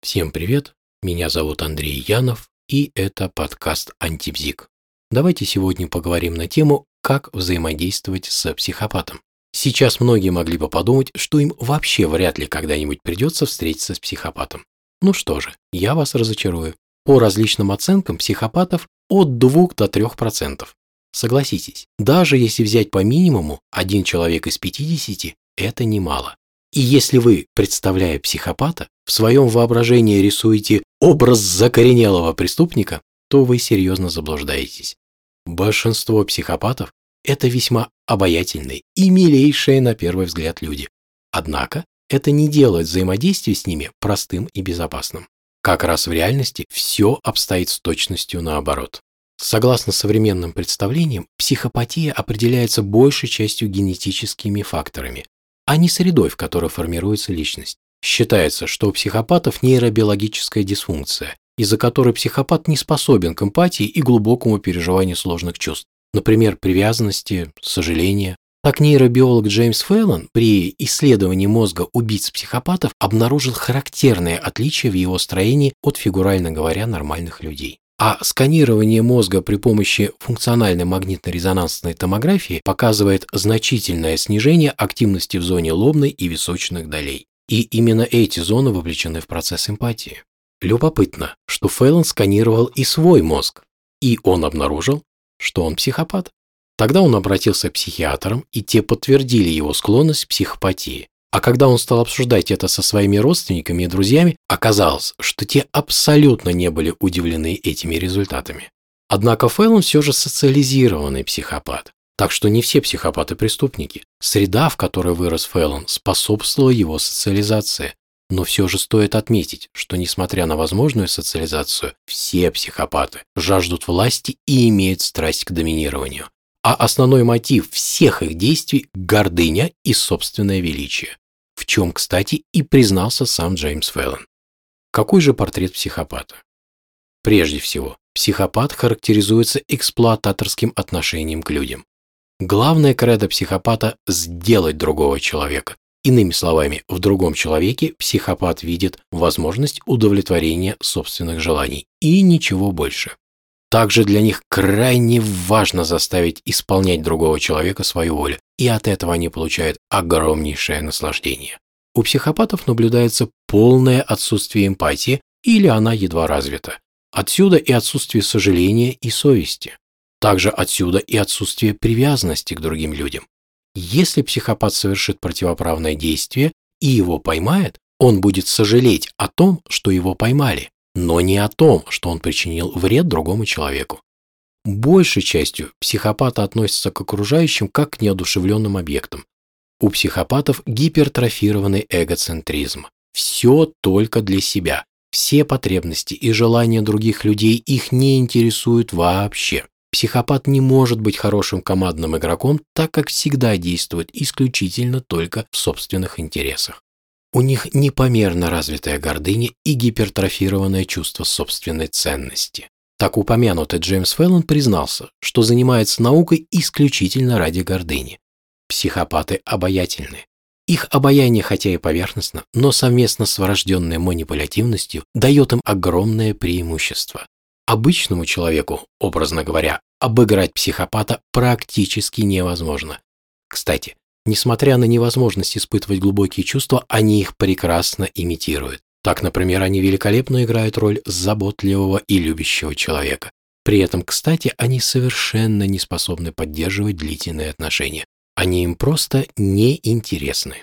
Всем привет, меня зовут Андрей Янов, и это подкаст «Антибзик». Давайте сегодня поговорим на тему, как взаимодействовать с психопатом. Сейчас многие могли бы подумать, что им вообще вряд ли когда-нибудь придется встретиться с психопатом. Ну что же, я вас разочарую. По различным оценкам психопатов от 2 до 3%. Согласитесь, даже если взять по минимуму, 1 человек из 50 – это немало. И если вы, представляя психопата, в своем воображении рисуете образ закоренелого преступника, то вы серьезно заблуждаетесь. Большинство психопатов – это весьма обаятельные и милейшие на первый взгляд люди. Однако это не делает взаимодействие с ними простым и безопасным. Как раз в реальности все обстоит с точностью наоборот. Согласно современным представлениям, психопатия определяется большей частью генетическими факторами, а не средой, в которой формируется личность. Считается, что у психопатов нейробиологическая дисфункция, из-за которой психопат не способен к эмпатии и глубокому переживанию сложных чувств, например, привязанности, сожаления. Так нейробиолог Джеймс Фэллон при исследовании мозга убийц-психопатов обнаружил характерные отличия в его строении от, фигурально говоря, нормальных людей. А сканирование мозга при помощи функциональной магнитно-резонансной томографии показывает значительное снижение активности в зоне лобной и височных долей. И именно эти зоны вовлечены в процесс эмпатии. Любопытно, что Фэллон сканировал и свой мозг, и он обнаружил, что он психопат. Тогда он обратился к психиатрам, и те подтвердили его склонность к психопатии. А когда он стал обсуждать это со своими родственниками и друзьями, оказалось, что те абсолютно не были удивлены этими результатами. Однако Фэллон все же социализированный психопат, так что не все психопаты преступники. Среда, в которой вырос Фэллон, способствовала его социализации. Но все же стоит отметить, что несмотря на возможную социализацию, все психопаты жаждут власти и имеют страсть к доминированию. А основной мотив всех их действий – гордыня и собственное величие. В чем, кстати, и признался сам Джеймс Фэллон. Какой же портрет психопата? Прежде всего, психопат характеризуется эксплуататорским отношением к людям. Главное кредо психопата – сделать другого человека. Иными словами, в другом человеке психопат видит возможность удовлетворения собственных желаний и ничего больше. Также для них крайне важно заставить исполнять другого человека свою волю, и от этого они получают огромнейшее наслаждение. У психопатов наблюдается полное отсутствие эмпатии, или она едва развита. Отсюда и отсутствие сожаления и совести. Также отсюда и отсутствие привязанности к другим людям. Если психопат совершит противоправное действие и его поймает, он будет сожалеть о том, что его поймали, но не о том, что он причинил вред другому человеку. Большей частью психопаты относятся к окружающим как к неодушевленным объектам. У психопатов гипертрофированный эгоцентризм. Все только для себя. Все потребности и желания других людей их не интересуют вообще. Психопат не может быть хорошим командным игроком, так как всегда действует исключительно только в собственных интересах. У них непомерно развитая гордыня и гипертрофированное чувство собственной ценности. Так упомянутый Джеймс Фэллон признался, что занимается наукой исключительно ради гордыни. Психопаты обаятельны. Их обаяние, хотя и поверхностно, но совместно с врожденной манипулятивностью дает им огромное преимущество. Обычному человеку, образно говоря, обыграть психопата практически невозможно. Кстати, несмотря на невозможность испытывать глубокие чувства, они их прекрасно имитируют. Так, например, они великолепно играют роль заботливого и любящего человека. При этом, кстати, они совершенно не способны поддерживать длительные отношения. Они им просто неинтересны.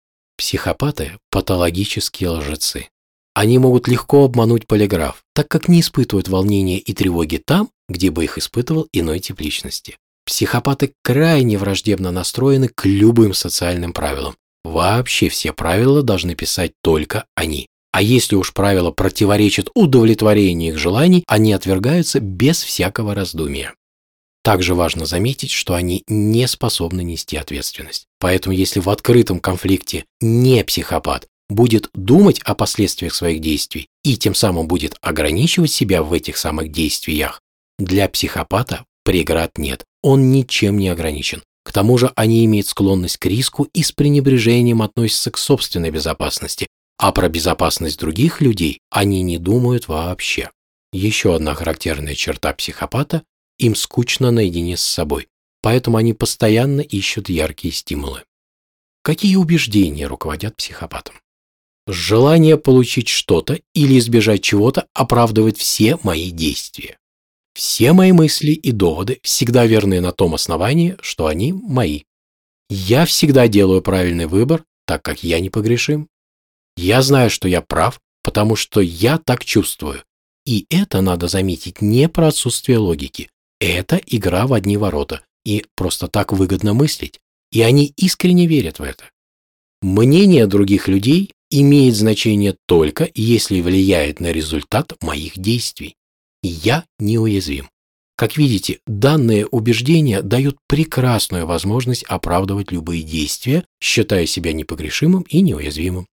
Психопаты – патологические лжецы. Они могут легко обмануть полиграф, так как не испытывают волнения и тревоги там, где бы их испытывал иной тип личности. Психопаты крайне враждебно настроены к любым социальным правилам. Вообще все правила должны писать только они. А если уж правила противоречат удовлетворению их желаний, они отвергаются без всякого раздумия. Также важно заметить, что они не способны нести ответственность. Поэтому если в открытом конфликте не психопат будет думать о последствиях своих действий и тем самым будет ограничивать себя в этих самых действиях, для психопата преград нет. Он ничем не ограничен. К тому же они имеют склонность к риску и с пренебрежением относятся к собственной безопасности, а про безопасность других людей они не думают вообще. Еще одна характерная черта психопата – им скучно наедине с собой, поэтому они постоянно ищут яркие стимулы. Какие убеждения руководят психопатом? Желание получить что-то или избежать чего-то оправдывает все мои действия. Все мои мысли и доводы всегда верны на том основании, что они мои. Я всегда делаю правильный выбор, так как я непогрешим. Я знаю, что я прав, потому что я так чувствую. И это, надо заметить, не про отсутствие логики. Это игра в одни ворота, и просто так выгодно мыслить. И они искренне верят в это. Мнение других людей имеет значение только, если влияет на результат моих действий. Я неуязвим. Как видите, данные убеждения дают прекрасную возможность оправдывать любые действия, считая себя непогрешимым и неуязвимым.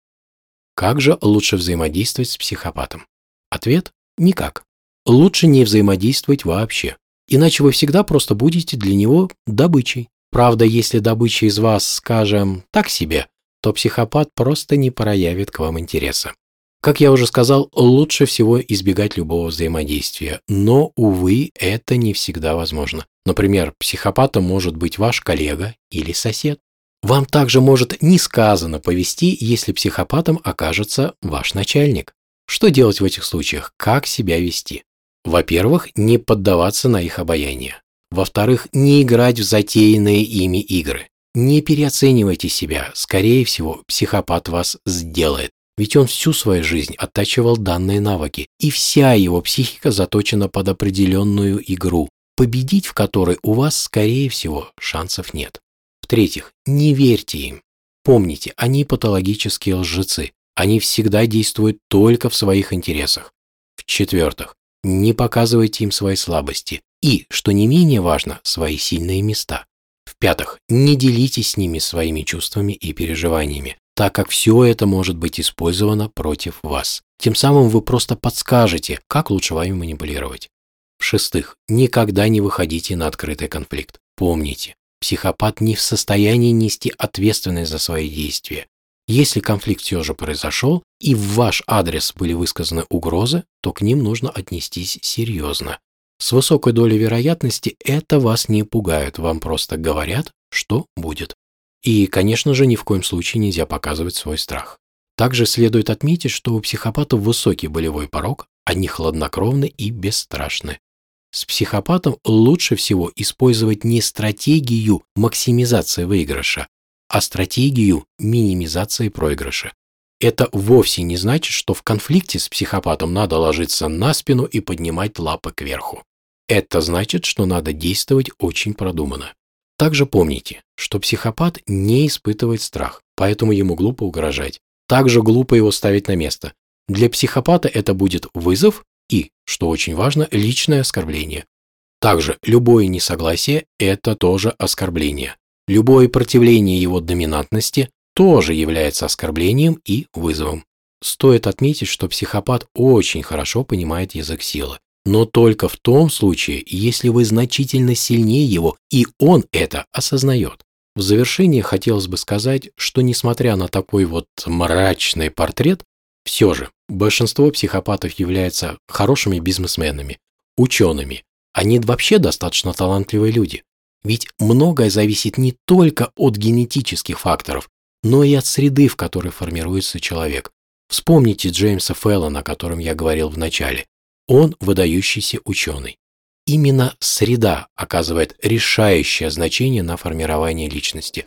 Как же лучше взаимодействовать с психопатом? Ответ – никак. Лучше не взаимодействовать вообще, иначе вы всегда просто будете для него добычей. Правда, если добыча из вас, скажем, так себе, то психопат просто не проявит к вам интереса. Как я уже сказал, лучше всего избегать любого взаимодействия, но, увы, это не всегда возможно. Например, психопатом может быть ваш коллега или сосед. Вам также может несказанно повести, если психопатом окажется ваш начальник. Что делать в этих случаях? Как себя вести? Во-первых, не поддаваться на их обаяние. Во-вторых, не играть в затеянные ими игры. Не переоценивайте себя. Скорее всего, психопат вас сделает. Ведь он всю свою жизнь оттачивал данные навыки, и вся его психика заточена под определенную игру, победить в которой у вас, скорее всего, шансов нет. В-третьих, не верьте им. Помните, они патологические лжецы. Они всегда действуют только в своих интересах. В-четвертых, не показывайте им свои слабости и, что не менее важно, свои сильные места. В-пятых, не делитесь с ними своими чувствами и переживаниями, так как все это может быть использовано против вас. Тем самым вы просто подскажете, как лучше вами манипулировать. В-шестых, никогда не выходите на открытый конфликт. Помните, психопат не в состоянии нести ответственность за свои действия. Если конфликт все же произошел, и в ваш адрес были высказаны угрозы, то к ним нужно отнестись серьезно. С высокой долей вероятности это вас не пугает, вам просто говорят, что будет. И, конечно же, ни в коем случае нельзя показывать свой страх. Также следует отметить, что у психопатов высокий болевой порог, они хладнокровны и бесстрашны. С психопатом лучше всего использовать не стратегию максимизации выигрыша, а стратегию минимизации проигрыша. Это вовсе не значит, что в конфликте с психопатом надо ложиться на спину и поднимать лапы кверху. Это значит, что надо действовать очень продуманно. Также помните, что психопат не испытывает страх, поэтому ему глупо угрожать. Также глупо его ставить на место. Для психопата это будет вызов и, что очень важно, личное оскорбление. Также любое несогласие – это тоже оскорбление. Любое противление его доминантности тоже является оскорблением и вызовом. Стоит отметить, что психопат очень хорошо понимает язык силы, но только в том случае, если вы значительно сильнее его, и он это осознает. В завершение хотелось бы сказать, что несмотря на такой вот мрачный портрет, все же большинство психопатов являются хорошими бизнесменами, учеными. Они вообще достаточно талантливые люди. Ведь многое зависит не только от генетических факторов, но и от среды, в которой формируется человек. Вспомните Джеймса Феллона, о котором я говорил в начале. Он выдающийся ученый. Именно среда оказывает решающее значение на формирование личности.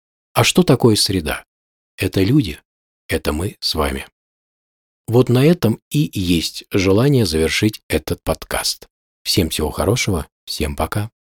А что такое среда? Это люди, это мы с вами. Вот на этом и есть желание завершить этот подкаст. Всем всего хорошего, всем пока.